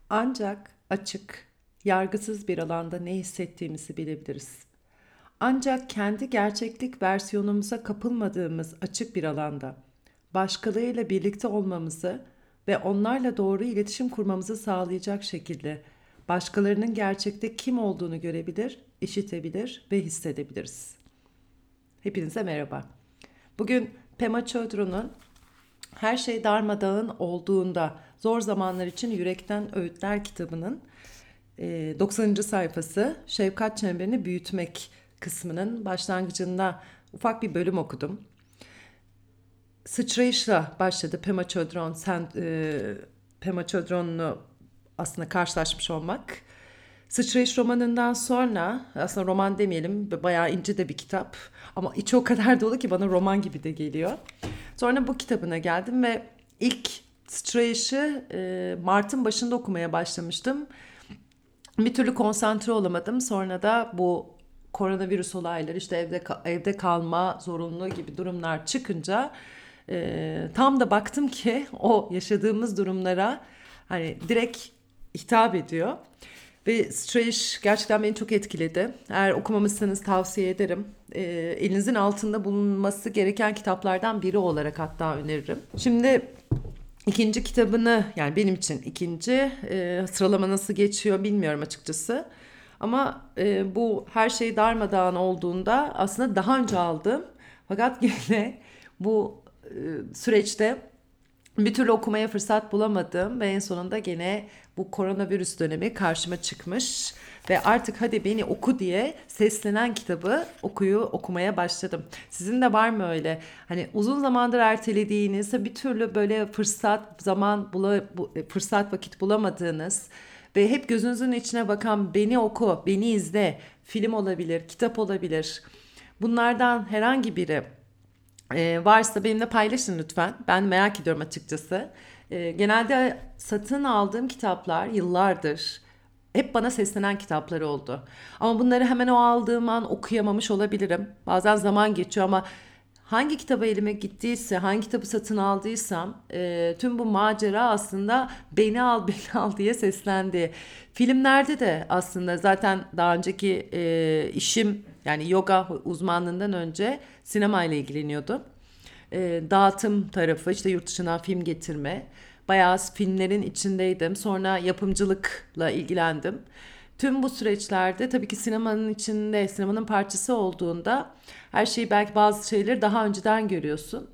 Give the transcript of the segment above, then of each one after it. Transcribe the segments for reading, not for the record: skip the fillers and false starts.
Ancak açık, yargısız bir alanda ne hissettiğimizi bilebiliriz. Ancak kendi gerçeklik versiyonumuza kapılmadığımız açık bir alanda başkalarıyla birlikte olmamızı ve onlarla doğru iletişim kurmamızı sağlayacak şekilde başkalarının gerçekte kim olduğunu görebilir, işitebilir ve hissedebiliriz. Hepinize merhaba. Bugün Pema Chodron'un Her Şey Darmadağın Olduğunda Zor Zamanlar için Yürekten Öğütler kitabının 90. sayfası Şefkat Çemberini Büyütmek kısmının başlangıcında ufak bir bölüm okudum. Sıçrayışla başladı Pema Chodron, Pema Chodron'la aslında karşılaşmış olmak. Sıçrayış romanından sonra, aslında roman demeyelim, bayağı ince de bir kitap ama içi o kadar dolu ki bana roman gibi de geliyor. Sonra bu kitabına geldim ve ilk Sıçrayış'ı Mart'ın başında okumaya başlamıştım. Bir türlü konsantre olamadım. Sonra da bu koronavirüs olayları, işte evde kalma zorunluluğu gibi durumlar çıkınca tam da baktım ki o yaşadığımız durumlara hani direkt hitap ediyor. Ve Strayish gerçekten beni çok etkiledi. Eğer okumamışsanız tavsiye ederim. Elinizin altında bulunması gereken kitaplardan biri olarak hatta öneririm. Şimdi ikinci kitabını, yani benim için ikinci, sıralama nasıl geçiyor bilmiyorum açıkçası. Ama bu Her Şey Darmadağın Olduğunda aslında daha önce aldım. Fakat yine bu süreçte bir türlü okumaya fırsat bulamadım ve en sonunda gene bu koronavirüs dönemi karşıma çıkmış ve artık hadi beni oku diye seslenen kitabı okumaya başladım. Sizin de var mı öyle? Hani uzun zamandır ertelediğiniz, bir türlü böyle fırsat vakit bulamadığınız ve hep gözünüzün içine bakan beni oku, beni izle, film olabilir, kitap olabilir. Bunlardan herhangi biri varsa benimle paylaşın lütfen. Ben merak ediyorum açıkçası. Genelde satın aldığım kitaplar yıllardır hep bana seslenen kitaplar oldu. Ama bunları hemen o aldığım an okuyamamış olabilirim. Bazen zaman geçiyor ama hangi kitaba elime gittiyse, hangi kitabı satın aldıysam tüm bu macera aslında beni al, beni al diye seslendi. Filmlerde de aslında zaten daha önceki işim, yani yoga uzmanlığından önce sinema ile ilgileniyordum. Dağıtım tarafı, işte yurt dışından film getirme. Bayağı filmlerin içindeydim. Sonra yapımcılıkla ilgilendim. Tüm bu süreçlerde tabii ki sinemanın içinde, sinemanın parçası olduğunda her şeyi, belki bazı şeyleri daha önceden görüyorsun.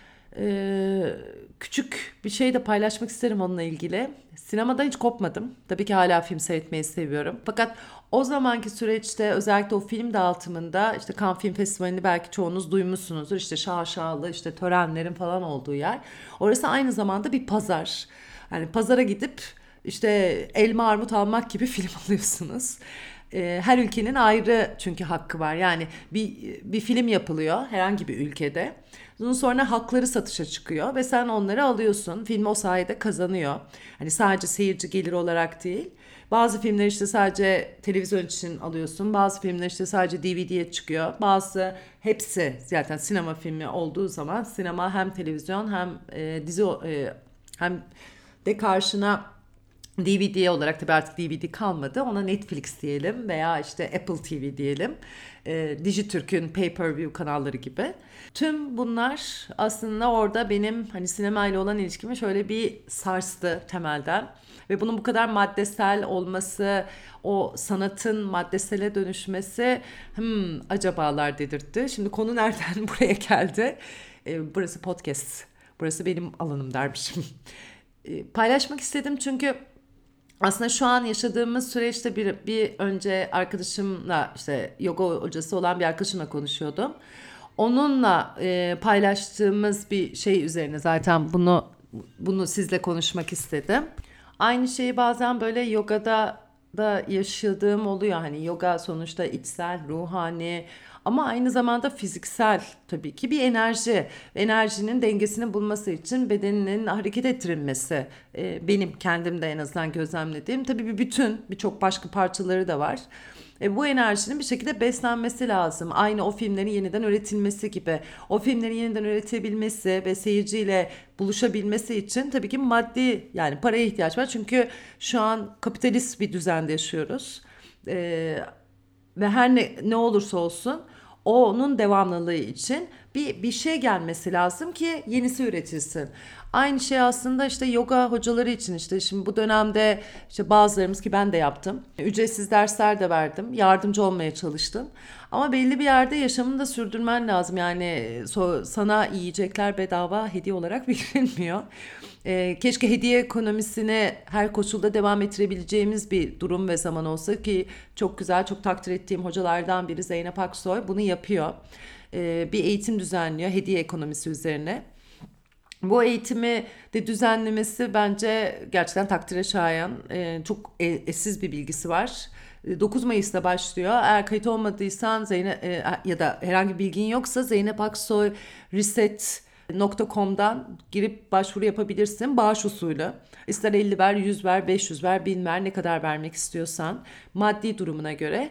Küçük bir şey de paylaşmak isterim onunla ilgili. Sinemadan hiç kopmadım. Tabii ki hala film seyretmeyi seviyorum. Fakat o zamanki süreçte, özellikle o film dağıtımında, işte Cannes Film Festivali'ni belki çoğunuz duymuşsunuzdur. İşte şaşalı, işte törenlerin falan olduğu yer. Orası aynı zamanda bir pazar. Yani pazara gidip işte elma armut almak gibi film alıyorsunuz. Her ülkenin ayrı çünkü hakkı var. Yani bir film yapılıyor herhangi bir ülkede. Bunun sonra hakları satışa çıkıyor ve sen onları alıyorsun. Film o sayede kazanıyor. Hani sadece seyirci geliri olarak değil. Bazı filmler işte sadece televizyon için alıyorsun. Bazı filmler işte sadece DVD'ye çıkıyor. Hepsi zaten sinema filmi olduğu zaman sinema hem televizyon hem dizi hem de karşına DVD olarak, tabii artık DVD kalmadı. Ona Netflix diyelim veya işte Apple TV diyelim. Dijitürk'ün pay-per-view kanalları gibi. Tüm bunlar aslında orada benim hani sinema ile olan ilişkimi şöyle bir sarstı temelden. Ve bunun bu kadar maddesel olması, o sanatın maddesele dönüşmesi acabalar dedirtti. Şimdi konu nereden buraya geldi? Burası podcast. Burası benim alanım dermişim. Paylaşmak istedim çünkü aslında şu an yaşadığımız süreçte bir önce arkadaşımla, işte yoga hocası olan bir arkadaşımla konuşuyordum. Onunla paylaştığımız bir şey üzerine zaten bunu sizle konuşmak istedim. Aynı şeyi bazen böyle yogada da yaşadığım oluyor. Hani yoga sonuçta içsel, ruhani ama aynı zamanda fiziksel, tabii ki bir enerji. Enerjinin dengesini bulması için bedeninin hareket ettirilmesi. Benim kendimde en azından gözlemlediğim. Tabii bir bütün, birçok başka parçaları da var. Bu enerjinin bir şekilde beslenmesi lazım. Aynı o filmlerin yeniden üretilmesi gibi. O filmlerin yeniden üretebilmesi ve seyirciyle buluşabilmesi için tabii ki maddi, yani paraya ihtiyaç var. Çünkü şu an kapitalist bir düzende yaşıyoruz. E, Ve her ne olursa olsun onun devamlılığı için bir şey gelmesi lazım ki yenisi üretilsin. Aynı şey aslında işte yoga hocaları için, işte şimdi bu dönemde işte bazılarımız, ki ben de yaptım, ücretsiz dersler de verdim, yardımcı olmaya çalıştım. Ama belli bir yerde yaşamını da sürdürmen lazım. Yani sana yiyecekler bedava hediye olarak verilmiyor. Keşke hediye ekonomisine her koşulda devam ettirebileceğimiz bir durum ve zaman olsa, ki çok güzel, çok takdir ettiğim hocalardan biri Zeynep Aksoy bunu yapıyor. Bir eğitim düzenliyor hediye ekonomisi üzerine. Bu eğitimi de düzenlemesi bence gerçekten takdire şayan. Çok eşsiz bir bilgisi var. 9 Mayıs'ta başlıyor. Eğer kayıt olmadıysan ya da herhangi bir bilgin yoksa Zeynep Aksoy reset.com'dan girip başvuru yapabilirsin. Bağış usulü. İster 50 ver, 100 ver, 500 ver, 1000 ver, ne kadar vermek istiyorsan maddi durumuna göre.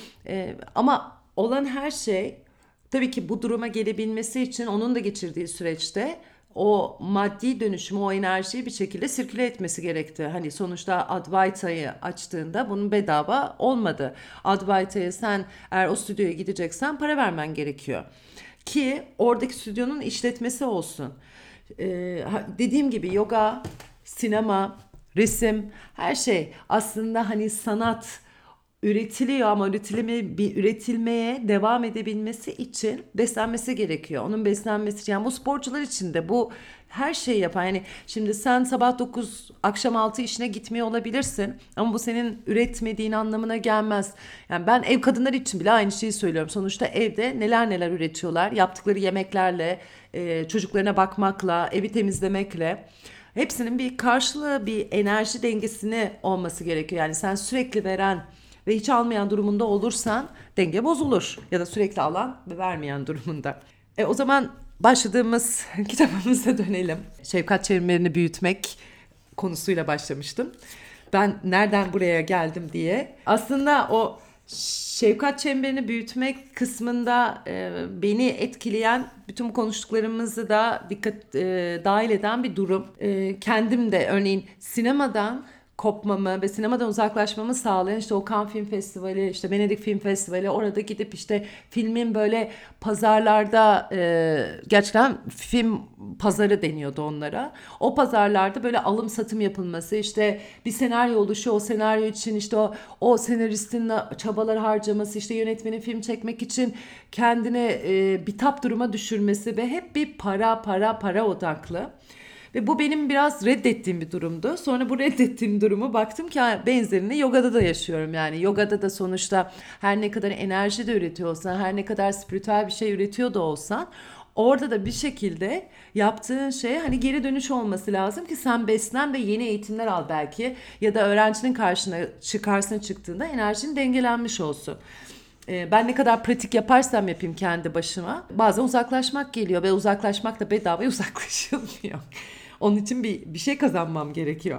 Ama olan her şey, tabii ki bu duruma gelebilmesi için onun da geçirdiği süreçte o maddi dönüşümü, o enerjiyi bir şekilde sirküle etmesi gerekti. Hani sonuçta Advaita'yı açtığında bunun bedava olmadı. Advaita'ya sen eğer o stüdyoya gideceksen para vermen gerekiyor. Ki oradaki stüdyonun işletmesi olsun. Dediğim gibi yoga, sinema, resim, her şey aslında hani sanat üretiliyor ama üretilmeye devam edebilmesi için beslenmesi gerekiyor. Onun beslenmesi için, yani bu sporcular için de bu her şeyi yapan, yani şimdi sen sabah 9 akşam 6 işine gitmiyor olabilirsin ama bu senin üretmediğin anlamına gelmez. Yani ben ev kadınları için bile aynı şeyi söylüyorum. Sonuçta evde neler neler üretiyorlar. Yaptıkları yemeklerle, çocuklarına bakmakla, evi temizlemekle. Hepsinin bir karşılığı, bir enerji dengesini olması gerekiyor. Yani sen sürekli veren ve hiç almayan durumunda olursan denge bozulur. Ya da sürekli alan ve vermeyen durumunda. O zaman başladığımız kitabımıza dönelim. Şefkat çemberini büyütmek konusuyla başlamıştım. Ben nereden buraya geldim diye. Aslında o şefkat çemberini büyütmek kısmında beni etkileyen, bütün konuştuklarımızı da dahil eden bir durum. Kendim de örneğin sinemadan kopmamı ve sinemadan uzaklaşmamı sağlayan işte o Cannes Film Festivali, işte Venedik Film Festivali, orada gidip işte filmin böyle pazarlarda, gerçekten film pazarı deniyordu onlara. O pazarlarda böyle alım satım yapılması, işte bir senaryo oluşuyor, o senaryo için işte o senaristin çabalar harcaması, işte yönetmenin film çekmek için kendini bitap duruma düşürmesi ve hep bir para odaklı. Ve bu benim biraz reddettiğim bir durumdu. Sonra bu reddettiğim durumu baktım ki benzerini yogada da yaşıyorum. Yani yogada da sonuçta her ne kadar enerji de üretiyor olsan, her ne kadar spiritüel bir şey üretiyor da olsan, orada da bir şekilde yaptığın şeye hani geri dönüş olması lazım ki sen beslen ve yeni eğitimler al belki. Ya da öğrencinin karşısına çıktığında enerjin dengelenmiş olsun. Ben ne kadar pratik yaparsam yapayım kendi başıma, bazen uzaklaşmak geliyor ve uzaklaşmak da bedavaya uzaklaşılmıyor. Onun için bir şey kazanmam gerekiyor.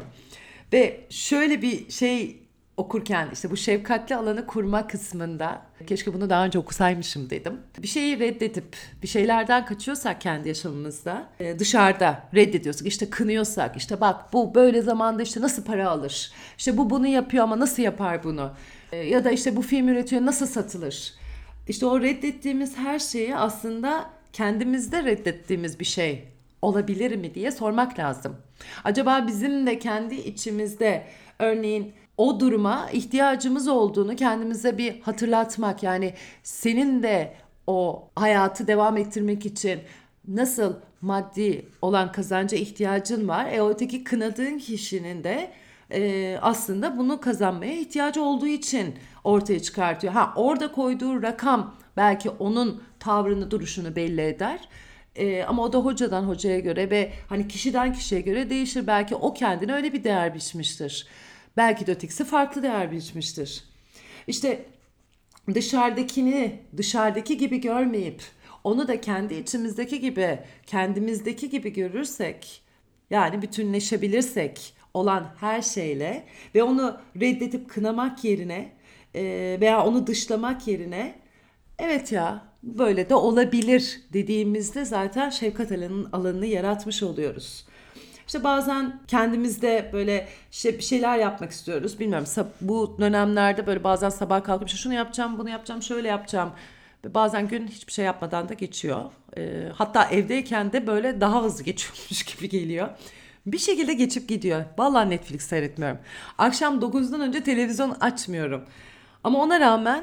Ve şöyle bir şey okurken, işte bu şefkatli alanı kurma kısmında, keşke bunu daha önce okusaymışım dedim. Bir şeyi reddedip bir şeylerden kaçıyorsak kendi yaşamımızda, dışarıda reddediyorsak, işte kınıyorsak, işte bak bu böyle zamanda işte nasıl para alır, işte bu bunu yapıyor ama nasıl yapar bunu, ya da işte bu film üretiyor nasıl satılır. İşte o reddettiğimiz her şeyi aslında kendimizde reddettiğimiz bir şey olabilir mi diye sormak lazım. Acaba bizim de kendi içimizde örneğin o duruma ihtiyacımız olduğunu kendimize bir hatırlatmak, yani senin de o hayatı devam ettirmek için nasıl maddi olan kazanca ihtiyacın var. O öteki kınadığın kişinin de aslında bunu kazanmaya ihtiyacı olduğu için ortaya çıkartıyor. Orada koyduğu rakam belki onun tavrını, duruşunu belli eder. Ama o da hocadan hocaya göre ve hani kişiden kişiye göre değişir. Belki o kendine öyle bir değer biçmiştir. Belki de ötekisi farklı değer biçmiştir. İşte dışarıdaki gibi görmeyip onu da kendi içimizdeki gibi, kendimizdeki gibi görürsek, yani bütünleşebilirsek olan her şeyle ve onu reddedip kınamak yerine veya onu dışlamak yerine evet ya böyle de olabilir dediğimizde zaten şefkat alanını yaratmış oluyoruz. İşte bazen kendimizde böyle bir şeyler yapmak istiyoruz. Bilmiyorum, bu dönemlerde böyle bazen sabah kalkıp şunu yapacağım, bunu yapacağım, şöyle yapacağım. Bazen gün hiçbir şey yapmadan da geçiyor. Hatta evdeyken de böyle daha hızlı geçiyormuş gibi geliyor. Bir şekilde geçip gidiyor. Vallahi Netflix seyretmiyorum. Akşam 9'dan önce televizyon açmıyorum. Ama ona rağmen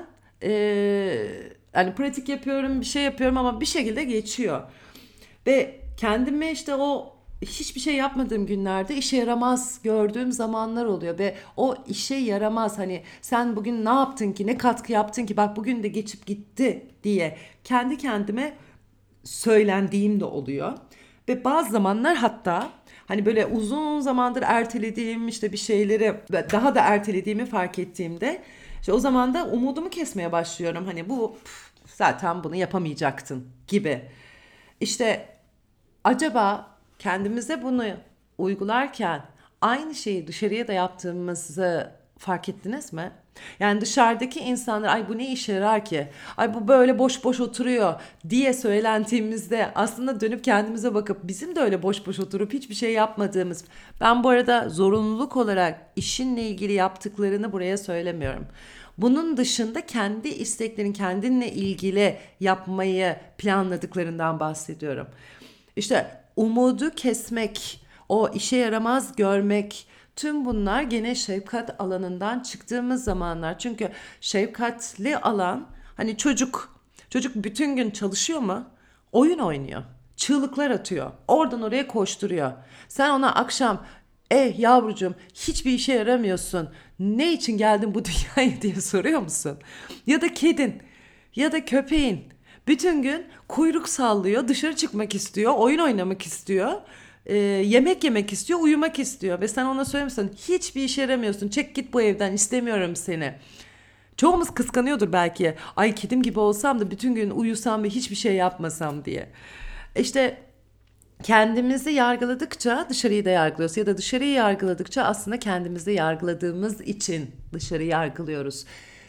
hani pratik yapıyorum, bir şey yapıyorum ama bir şekilde geçiyor. Ve kendime işte o hiçbir şey yapmadığım günlerde işe yaramaz gördüğüm zamanlar oluyor ve o işe yaramaz, hani sen bugün ne yaptın ki, ne katkı yaptın ki, bak bugün de geçip gitti diye kendi kendime söylendiğim de oluyor. Ve bazı zamanlar hatta hani böyle uzun zamandır ertelediğim işte bir şeyleri daha da ertelediğimi fark ettiğimde işte o zaman da umudumu kesmeye başlıyorum. Hani bu zaten bunu yapamayacaktın gibi. İşte acaba kendimize bunu uygularken aynı şeyi dışarıya da yaptığımızı fark ettiniz mi? Yani dışarıdaki insanlar ay bu ne işe yarar ki? Ay bu böyle boş boş oturuyor diye söylentiğimizde aslında dönüp kendimize bakıp bizim de öyle boş boş oturup hiçbir şey yapmadığımız. Ben bu arada zorunluluk olarak işinle ilgili yaptıklarını buraya söylemiyorum. Bunun dışında kendi isteklerin kendinle ilgili yapmayı planladıklarından bahsediyorum. İşte umudu kesmek, o işe yaramaz görmek, tüm bunlar gene şefkat alanından çıktığımız zamanlar. Çünkü şefkatli alan, hani çocuk bütün gün çalışıyor mu? Oyun oynuyor. Çığlıklar atıyor. Oradan oraya koşturuyor. Sen ona akşam yavrucuğum hiçbir işe yaramıyorsun. Ne için geldin bu dünyaya diye soruyor musun? Ya da kedin ya da köpeğin bütün gün kuyruk sallıyor, dışarı çıkmak istiyor, oyun oynamak istiyor, yemek yemek istiyor, uyumak istiyor. Ve sen ona söylemişsin hiçbir işe yaramıyorsun, çek git bu evden, istemiyorum seni. Çoğumuz kıskanıyordur belki. Ay kedim gibi olsam da bütün gün uyusam ve hiçbir şey yapmasam diye. İşte kendimizi yargıladıkça dışarıyı da yargılıyoruz. Ya da dışarıyı yargıladıkça aslında kendimizi yargıladığımız için dışarıyı yargılıyoruz.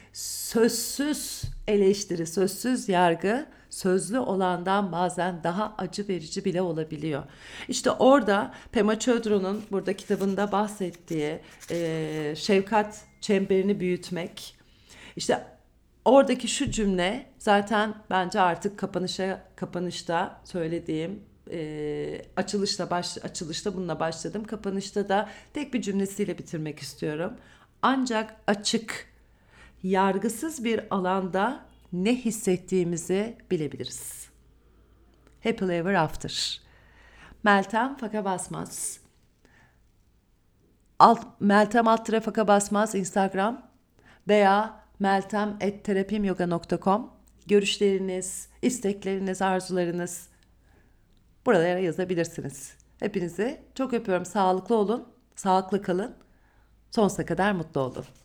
Sözsüz eleştiri, sözsüz yargı sözlü olandan bazen daha acı verici bile olabiliyor. İşte orada Pema Chodron'un burada kitabında bahsettiği şefkat çemberini büyütmek. İşte oradaki şu cümle zaten bence artık kapanışta söylediğim, açılışta bununla başladım. Kapanışta da tek bir cümlesiyle bitirmek istiyorum. Ancak açık, yargısız bir alanda ne hissettiğimizi bilebiliriz. Happily Ever After. Meltem Faka Basmaz. Meltem Faka Basmaz Instagram veya meltem@terapimyoga.com. Görüşleriniz, istekleriniz, arzularınız buralara yazabilirsiniz. Hepinizi çok öpüyorum. Sağlıklı olun, sağlıklı kalın. Sonsuza kadar mutlu olun.